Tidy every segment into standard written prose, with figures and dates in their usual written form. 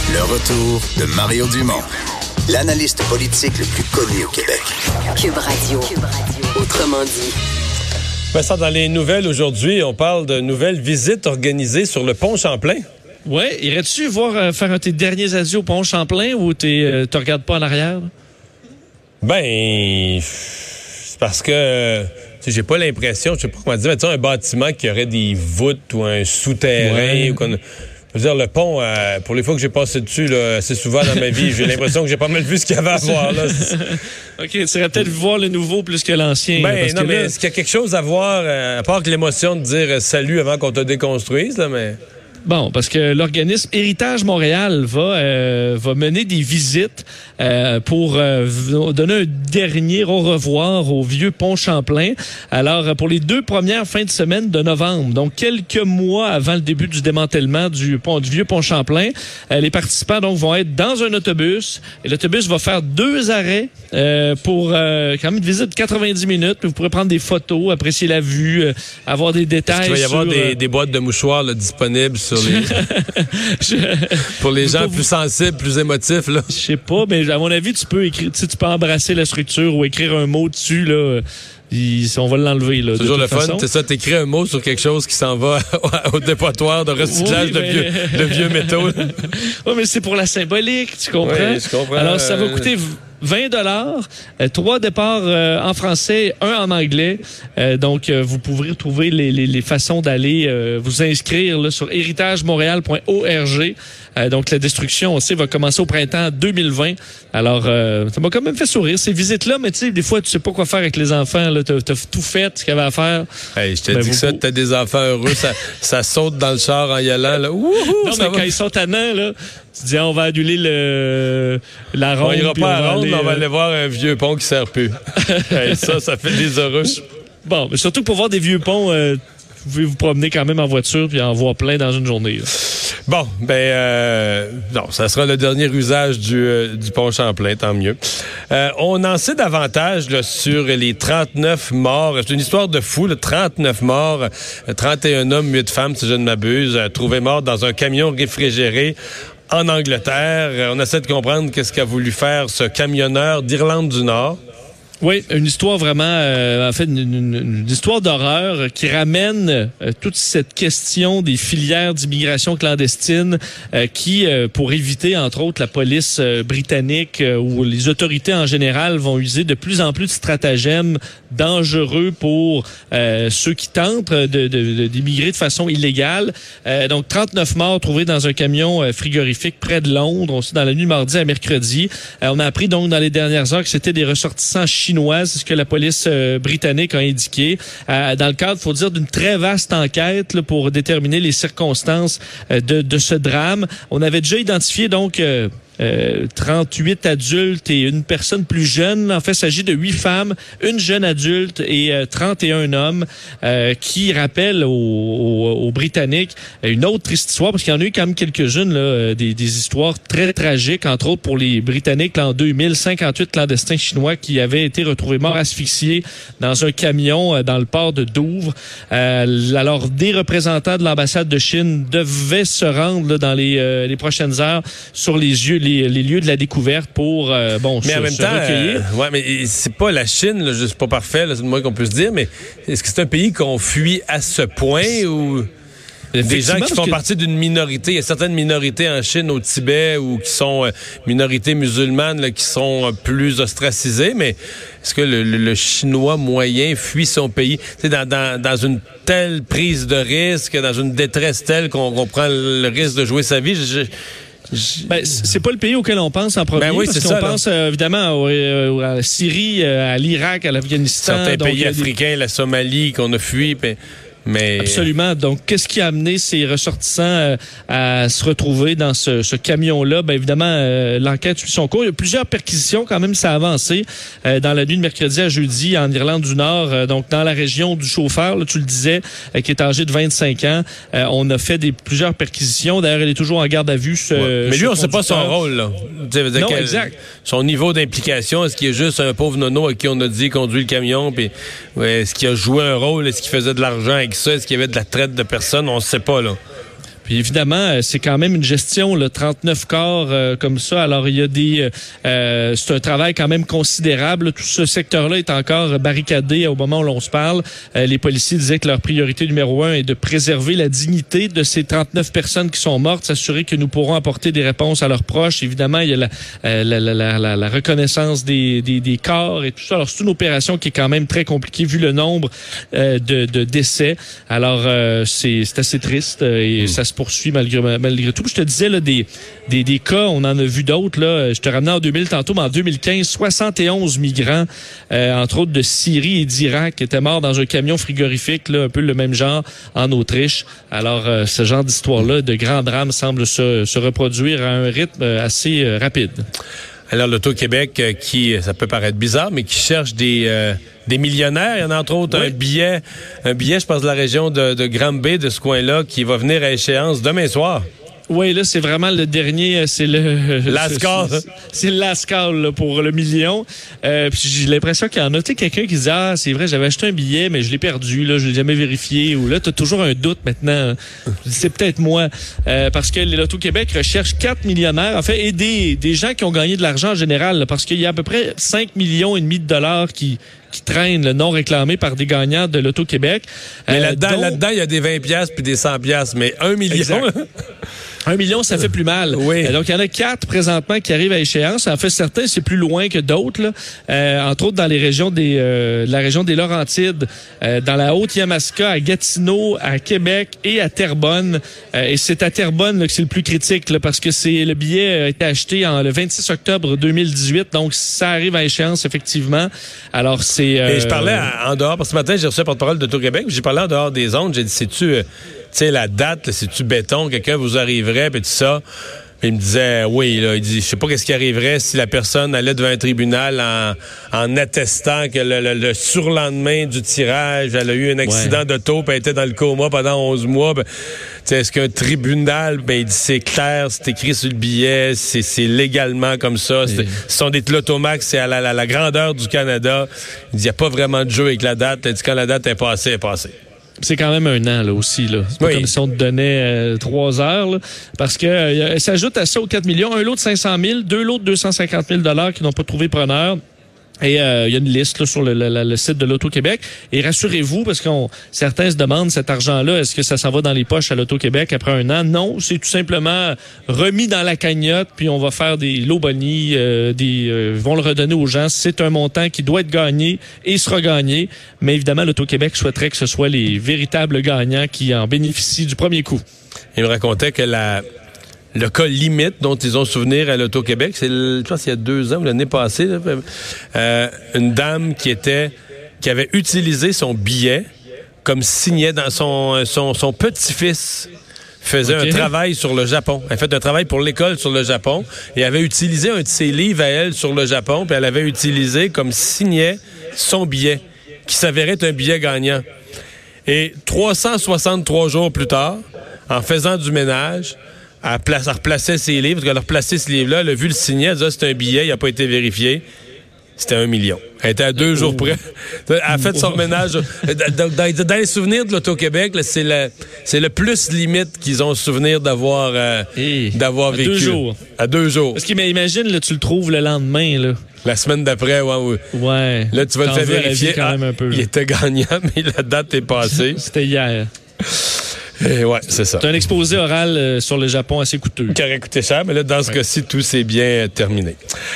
Le retour de Mario Dumont, l'analyste politique le plus connu au Québec. Cube Radio. Autrement dit. Vincent, dans les nouvelles aujourd'hui, on parle de nouvelles visites organisées sur le pont Champlain. Oui, irais-tu faire tes derniers adieux au pont Champlain ou tu regardes pas en arrière? Ben, c'est parce que j'ai pas l'impression, je sais pas comment dire, mais un bâtiment qui aurait des voûtes ou un souterrain. Ouais. Ou je veux dire, le pont, pour les fois que j'ai passé dessus là, assez souvent dans ma vie, j'ai l'impression que j'ai pas mal vu ce qu'il y avait à voir. Là. OK, tu serais peut-être voir le nouveau plus que l'ancien. Ben, parce non, que mais là, est-ce qu'il y a quelque chose à voir, à part que l'émotion de dire salut avant qu'on te déconstruise, là, mais... Bon, parce que l'organisme Héritage Montréal va mener des visites pour donner un dernier au revoir au vieux pont Champlain. Alors, pour les 2 premières fins de semaine de novembre, donc quelques mois avant le début du démantèlement du vieux pont Champlain, les participants donc vont être dans un autobus et l'autobus va faire 2 arrêts pour quand même une visite de 90 minutes. Vous pourrez prendre des photos, apprécier la vue, avoir des détails. Est-ce qu'il va y avoir des boîtes de mouchoirs là, disponibles sur pour les gens plus sensibles, plus émotifs, là. Je sais pas, mais à mon avis, tu peux écrire, tu peux embrasser la structure ou écrire un mot dessus, là. On va l'enlever, là. C'est toujours le fun, façon. c'est ça, t'écris un mot sur quelque chose qui s'en va au dépotoir de recyclage de vieux métaux. Oui, mais c'est pour la symbolique, tu comprends? Oui, je comprends. Alors, ça va coûter 20 $, 3 départs en français, 1 en anglais. Donc, vous pourrez trouver les façons d'aller vous inscrire là, sur héritagemontréal.org. Donc, la destruction, on sait, va commencer au printemps 2020. Alors, ça m'a quand même fait sourire, ces visites-là. Mais tu sais, des fois, tu sais pas quoi faire avec les enfants. Là, t'as tout fait, ce qu'il y avait à faire. Hey, je te dis que ça, t'as des enfants heureux, ça saute dans le char en y allant. Là. Wouhou, non, mais quand ils sont tannants, là, tu dis, on va annuler la ronde. On ira pas à ronde, mais on va aller voir un vieux pont qui sert plus. Hey, ça fait des heureux. Bon, mais surtout pour voir des vieux ponts, vous pouvez vous promener quand même en voiture puis en voir plein dans une journée. Là. Bon, non, ça sera le dernier usage du pont Champlain, tant mieux. On en sait davantage là, sur les 39 morts. C'est une histoire de fou, là, 39 morts, 31 hommes, 8 femmes, si je ne m'abuse, trouvés morts dans un camion réfrigéré en Angleterre. On essaie de comprendre qu'est-ce qu'a voulu faire ce camionneur d'Irlande du Nord. Oui, une histoire vraiment, en fait, une histoire d'horreur qui ramène toute cette question des filières d'immigration clandestine qui, pour éviter, entre autres, la police britannique ou les autorités en général vont user de plus en plus de stratagèmes dangereux pour ceux qui tentent d'immigrer de façon illégale. Donc, 39 morts trouvés dans un camion frigorifique près de Londres, aussi dans la nuit de mardi à mercredi. On a appris donc dans les dernières heures que c'était des ressortissants chinois, c'est ce que la police britannique a indiqué. Dans le cadre, faut dire, d'une très vaste enquête là, pour déterminer les circonstances de ce drame. On avait déjà identifié donc 38 adultes et une personne plus jeune. En fait, il s'agit de 8 femmes, une jeune adulte et 31 hommes qui rappellent aux Britanniques une autre triste histoire, parce qu'il y en a eu quand même quelques-unes, là, des histoires très tragiques, entre autres pour les Britanniques, là, en 2000, 58 clandestins chinois qui avaient été retrouvés morts asphyxiés dans un camion dans le port de Douvres. Alors, des représentants de l'ambassade de Chine devaient se rendre là, dans les prochaines heures sur les lieux de la découverte pour mais en même temps, recueillir. Ouais, mais c'est pas la Chine, là, c'est pas parfait, là, c'est le moins qu'on peut se dire, mais est-ce que c'est un pays qu'on fuit à ce point ou des gens qui font partie d'une minorité? Il y a certaines minorités en Chine, au Tibet, ou qui sont minorités musulmanes là, qui sont plus ostracisées, mais est-ce que le Chinois moyen fuit son pays? Tu sais, dans une telle prise de risque, dans une détresse telle qu'on prend le risque de jouer sa vie, Ben, c'est pas le pays auquel on pense en premier. Ben oui, parce c'est qu'on ça, pense évidemment à la Syrie, à l'Irak, à l'Afghanistan. Certains pays africains, la Somalie qu'on a fui, mais... Absolument. Donc, qu'est-ce qui a amené ces ressortissants à se retrouver dans ce camion-là? Ben évidemment, l'enquête suit son cours. Il y a plusieurs perquisitions, quand même, ça a avancé dans la nuit de mercredi à jeudi en Irlande du Nord, donc dans la région du chauffeur, là, tu le disais, qui est âgé de 25 ans. On a fait plusieurs perquisitions. D'ailleurs, il est toujours en garde à vue. Mais lui, on ne sait pas son rôle, là. Non, exact. Son niveau d'implication, est-ce qu'il est juste un pauvre nono à qui on a dit conduire le camion, puis est-ce qu'il a joué un rôle, est-ce qu'il faisait de l'argent avec ça, est-ce qu'il y avait de la traite de personnes, on ne sait pas, là. Puis évidemment, c'est quand même une gestion, le 39 corps comme ça. Alors, il y a c'est un travail quand même considérable. Tout ce secteur-là est encore barricadé au moment où l'on se parle. Les policiers disaient que leur priorité numéro 1 est de préserver la dignité de ces 39 personnes qui sont mortes, s'assurer que nous pourrons apporter des réponses à leurs proches. Évidemment, il y a la reconnaissance des corps et tout ça. Alors, c'est une opération qui est quand même très compliquée vu le nombre de décès. Alors, c'est assez triste et ça se poursuit malgré tout. Je te disais, là, des cas, on en a vu d'autres. Là. Je te ramenais en 2000 tantôt, mais en 2015, 71 migrants, entre autres de Syrie et d'Irak, qui étaient morts dans un camion frigorifique, là, un peu le même genre, en Autriche. Alors, ce genre d'histoire-là, de grands drames, semble se reproduire à un rythme assez rapide. Alors, l'Auto-Québec, ça peut paraître bizarre, mais qui cherche des millionnaires. Il y en a entre autres un billet, je pense, de la région de Granby, de ce coin-là, qui va venir à échéance demain soir. Oui, là, c'est vraiment le dernier, c'est le... Lascar. C'est le Lascar, là, pour le million. Puis j'ai l'impression qu'il y en a, tu sais, quelqu'un qui dit, ah, c'est vrai, j'avais acheté un billet, mais je l'ai perdu, là, je l'ai jamais vérifié. Ou là, t'as toujours un doute maintenant. C'est peut-être moi. Parce que l'Auto-Québec recherche 4 millionnaires, en fait, et des gens qui ont gagné de l'argent en général, là, parce qu'il y a à peu près 5,5 millions de dollars qui traînent le non réclamé par des gagnants de l'Auto-Québec. Mais là-dedans, il y a des 20$ puis des 100$, mais 1 million... 1 million, ça fait plus mal. Oui. Donc, il y en a 4 présentement qui arrivent à échéance. En fait, certains, c'est plus loin que d'autres. Là. Entre autres, dans les régions la région des Laurentides, dans la Haute-Yamaska, à Gatineau, à Québec et à Terrebonne. Et c'est à Terrebonne là, que c'est le plus critique, là, parce que le billet a été acheté le 26 octobre 2018. Donc, ça arrive à échéance, effectivement. Alors, c'est... Et je parlais en dehors, parce que ce matin, j'ai reçu un porte-parole d'Auto-Québec, j'ai parlé en dehors des ondes, j'ai dit, sais-tu la date, c'est-tu béton, quelqu'un vous arriverait, puis tout ça. Puis il me disait, oui, là, il dit, je sais pas qu'est-ce qui arriverait si la personne allait devant un tribunal en attestant que le surlendemain du tirage, elle a eu un accident d'auto, puis elle était dans le coma pendant 11 mois. Ben, est-ce qu'un tribunal, il dit, c'est clair, c'est écrit sur le billet, c'est légalement comme ça. Ce sont des Lotomax, c'est à la grandeur du Canada. Il dit, il n'y a pas vraiment de jeu avec la date. Il dit, quand la date est passée, elle est passée. C'est quand même un an, là, aussi, là. C'est pas comme si on te donnait 3 heures, là, parce que s'ajoute à ça aux 4 millions, un lot de 500 000, 2 lots de 250 000 $ qui n'ont pas trouvé preneur. Et il y a une liste là, sur le site de l'Auto-Québec. Et rassurez-vous, parce que certains se demandent, cet argent-là, est-ce que ça s'en va dans les poches à l'Auto-Québec après un an? Non, c'est tout simplement remis dans la cagnotte, puis on va faire des lots bonis, vont le redonner aux gens. C'est un montant qui doit être gagné et sera gagné. Mais évidemment, l'Auto-Québec souhaiterait que ce soit les véritables gagnants qui en bénéficient du premier coup. Il me racontait que le cas limite dont ils ont souvenir à l'Auto-Québec, c'est, je pense, il y a 2 ans, l'année passée, là, une dame qui avait utilisé son billet comme signait dans son petit-fils faisait un travail sur le Japon. Elle a fait un travail pour l'école sur le Japon et avait utilisé un de ses livres à elle sur le Japon, puis elle avait utilisé comme signait son billet, qui s'avérait être un billet gagnant. Et 363 jours plus tard, en faisant du ménage, elle replaçait ses livres, parce qu'elle a replacé ce livre-là, elle a vu le signet, elle disait, c'est un billet, il n'a pas été vérifié. C'était 1 million. Elle était à 2 jours près. Elle a fait son ménage. Dans les souvenirs de l'Auto-Québec, là, c'est le plus limite qu'ils ont souvenir d'avoir vécu. À 2 jours. À 2 jours. Parce qu'imagine, là, tu le trouves le lendemain, là. La semaine d'après, ouais. Là, tu vas le faire vérifier. Quand même un peu, il était gagnant, mais la date est passée. C'était hier. Et ouais, c'est ça. C'est un exposé oral sur le Japon assez coûteux. Qui aurait coûté cher, mais là, dans ce cas-ci, tout s'est bien terminé.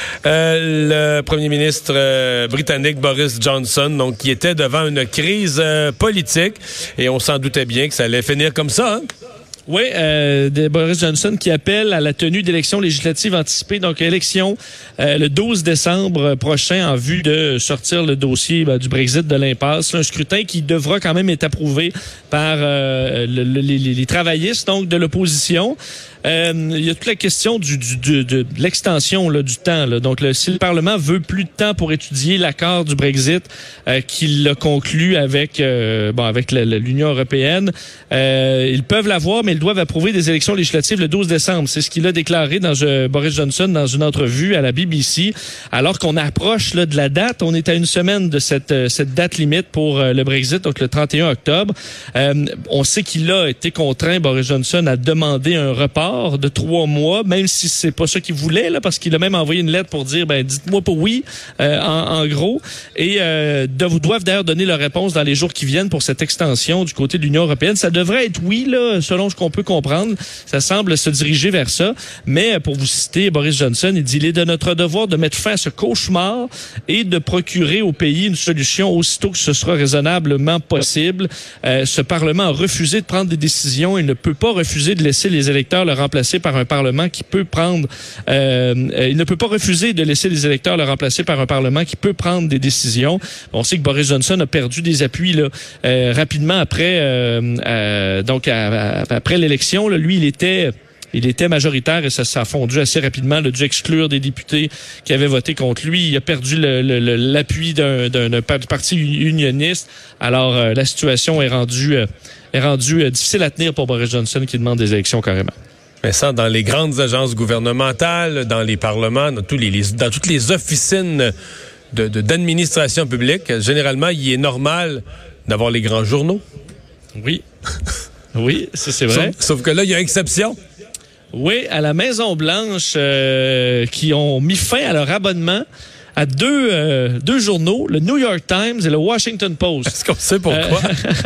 Le premier ministre britannique Boris Johnson, donc, qui était devant une crise politique, et on s'en doutait bien que ça allait finir comme ça, hein? Oui, Boris Johnson qui appelle à la tenue d'élections législatives anticipées, donc élection le 12 décembre prochain en vue de sortir le dossier du Brexit de l'impasse. Un scrutin qui devra quand même être approuvé par les travaillistes donc de l'opposition. Il y a toute la question de l'extension là, du temps. Là. Donc, si le Parlement veut plus de temps pour étudier l'accord du Brexit qu'il a conclu avec l'Union européenne, ils peuvent l'avoir, mais ils doivent approuver des élections législatives le 12 décembre. C'est ce qu'il a déclaré Boris Johnson dans une entrevue à la BBC. Alors qu'on approche là, de la date, on est à une semaine de cette date limite pour le Brexit, donc le 31 octobre. On sait qu'il a été contraint, Boris Johnson, à demander un report de 3 mois, même si c'est pas ça qu'il voulait, là, parce qu'il a même envoyé une lettre pour dire, dites-moi pour oui, en gros. Et doivent d'ailleurs donner leur réponse dans les jours qui viennent pour cette extension du côté de l'Union européenne. Ça devrait être oui, là, selon ce qu'on peut comprendre. Ça semble se diriger vers ça. Mais pour vous citer Boris Johnson, il dit, il est de notre devoir de mettre fin à ce cauchemar et de procurer au pays une solution aussitôt que ce sera raisonnablement possible. Ce Parlement a refusé de prendre des décisions. Il ne peut pas refuser de laisser les électeurs le remplacer par un Parlement qui peut prendre... il ne peut pas refuser de laisser les électeurs le remplacer par un Parlement qui peut prendre des décisions. On sait que Boris Johnson a perdu des appuis là, rapidement après après l'élection. Là, lui, il était majoritaire et ça a fondu assez rapidement. Il a dû exclure des députés qui avaient voté contre lui. Il a perdu l'appui d'un parti unioniste. Alors, la situation est rendue difficile à tenir pour Boris Johnson qui demande des élections carrément. Mais ça, dans les grandes agences gouvernementales, dans les parlements, dans toutes les officines d'administration publique, généralement, il est normal d'avoir les grands journaux. Oui. Oui, c'est vrai. Sauf que là, il y a exception. Oui, à la Maison-Blanche, qui ont mis fin à leur abonnement à deux journaux, le New York Times et le Washington Post. Est-ce qu'on sait pourquoi?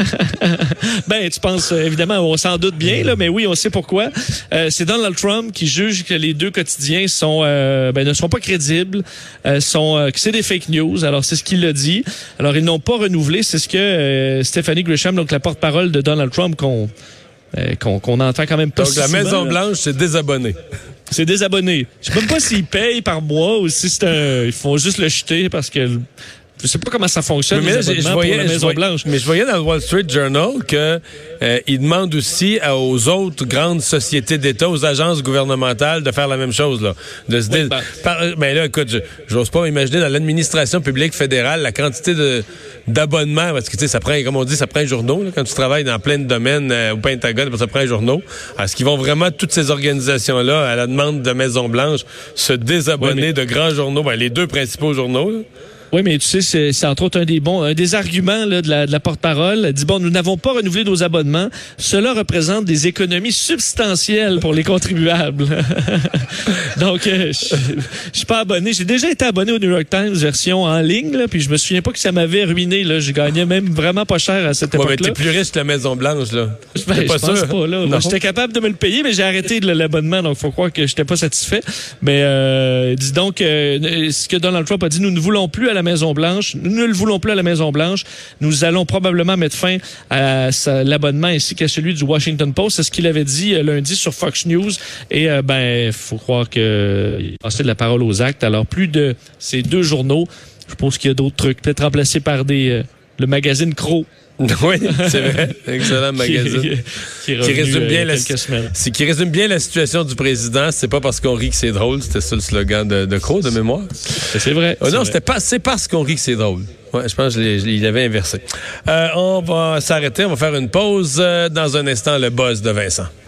Tu penses, évidemment, on s'en doute bien, là, mais oui, on sait pourquoi. C'est Donald Trump qui juge que les deux quotidiens ne sont pas crédibles, que c'est des fake news. Alors, c'est ce qu'il a dit. Alors, ils n'ont pas renouvelé. C'est ce que Stephanie Grisham, donc la porte-parole de Donald Trump, qu'on entend quand même pas. Donc, la Maison-Blanche s'est désabonnée. C'est désabonné. Je sais même pas s'ils payent par mois ou si ils font juste le jeter parce que je sais pas comment ça fonctionne. Mais je voyais la Maison-Blanche. Mais je voyais dans le Wall Street Journal que ils demandent aussi aux autres grandes sociétés d'État, aux agences gouvernementales de faire la même chose là. Mais là, écoute, j'ose pas imaginer dans l'administration publique fédérale la quantité d'abonnements parce que tu sais ça prend, comme on dit, ça prend un journaux là, quand tu travailles dans plein de domaines au Pentagone, ça prend un journaux. Est-ce qu'ils vont vraiment toutes ces organisations là à la demande de Maison-Blanche se désabonner de grands journaux, les deux principaux journaux là? Oui, mais tu sais, c'est entre autres un des arguments là, de la porte-parole. Elle dit, nous n'avons pas renouvelé nos abonnements. Cela représente des économies substantielles pour les contribuables. Donc, je suis pas abonné. J'ai déjà été abonné au New York Times version en ligne, là, puis je me souviens pas que ça m'avait ruiné. Là. Je gagnais même vraiment pas cher à cette époque-là. Mais t'es plus riche que la Maison-Blanche, là. Je pense pas, là. Moi, j'étais capable de me le payer, mais j'ai arrêté l'abonnement, donc faut croire que j'étais pas satisfait. Mais dis donc, ce que Donald Trump a dit, nous ne voulons plus à la Maison-Blanche. Nous ne le voulons plus à la Maison-Blanche. Nous allons probablement mettre fin à l'abonnement ainsi qu'à celui du Washington Post. C'est ce qu'il avait dit lundi sur Fox News. Et faut croire qu'il passait de la parole aux actes. Alors, plus de ces deux journaux, je pense qu'il y a d'autres trucs. Peut-être remplacés par le magazine Crow. Oui, c'est vrai. Excellent magazine. Qui résume bien la situation du président. C'est pas parce qu'on rit que c'est drôle. C'était ça le slogan de Crow, de mémoire. C'est vrai. Non, c'est parce qu'on rit que c'est drôle. Ouais, je pense qu'il avait inversé. On va s'arrêter. On va faire une pause. Dans un instant, le buzz de Vincent.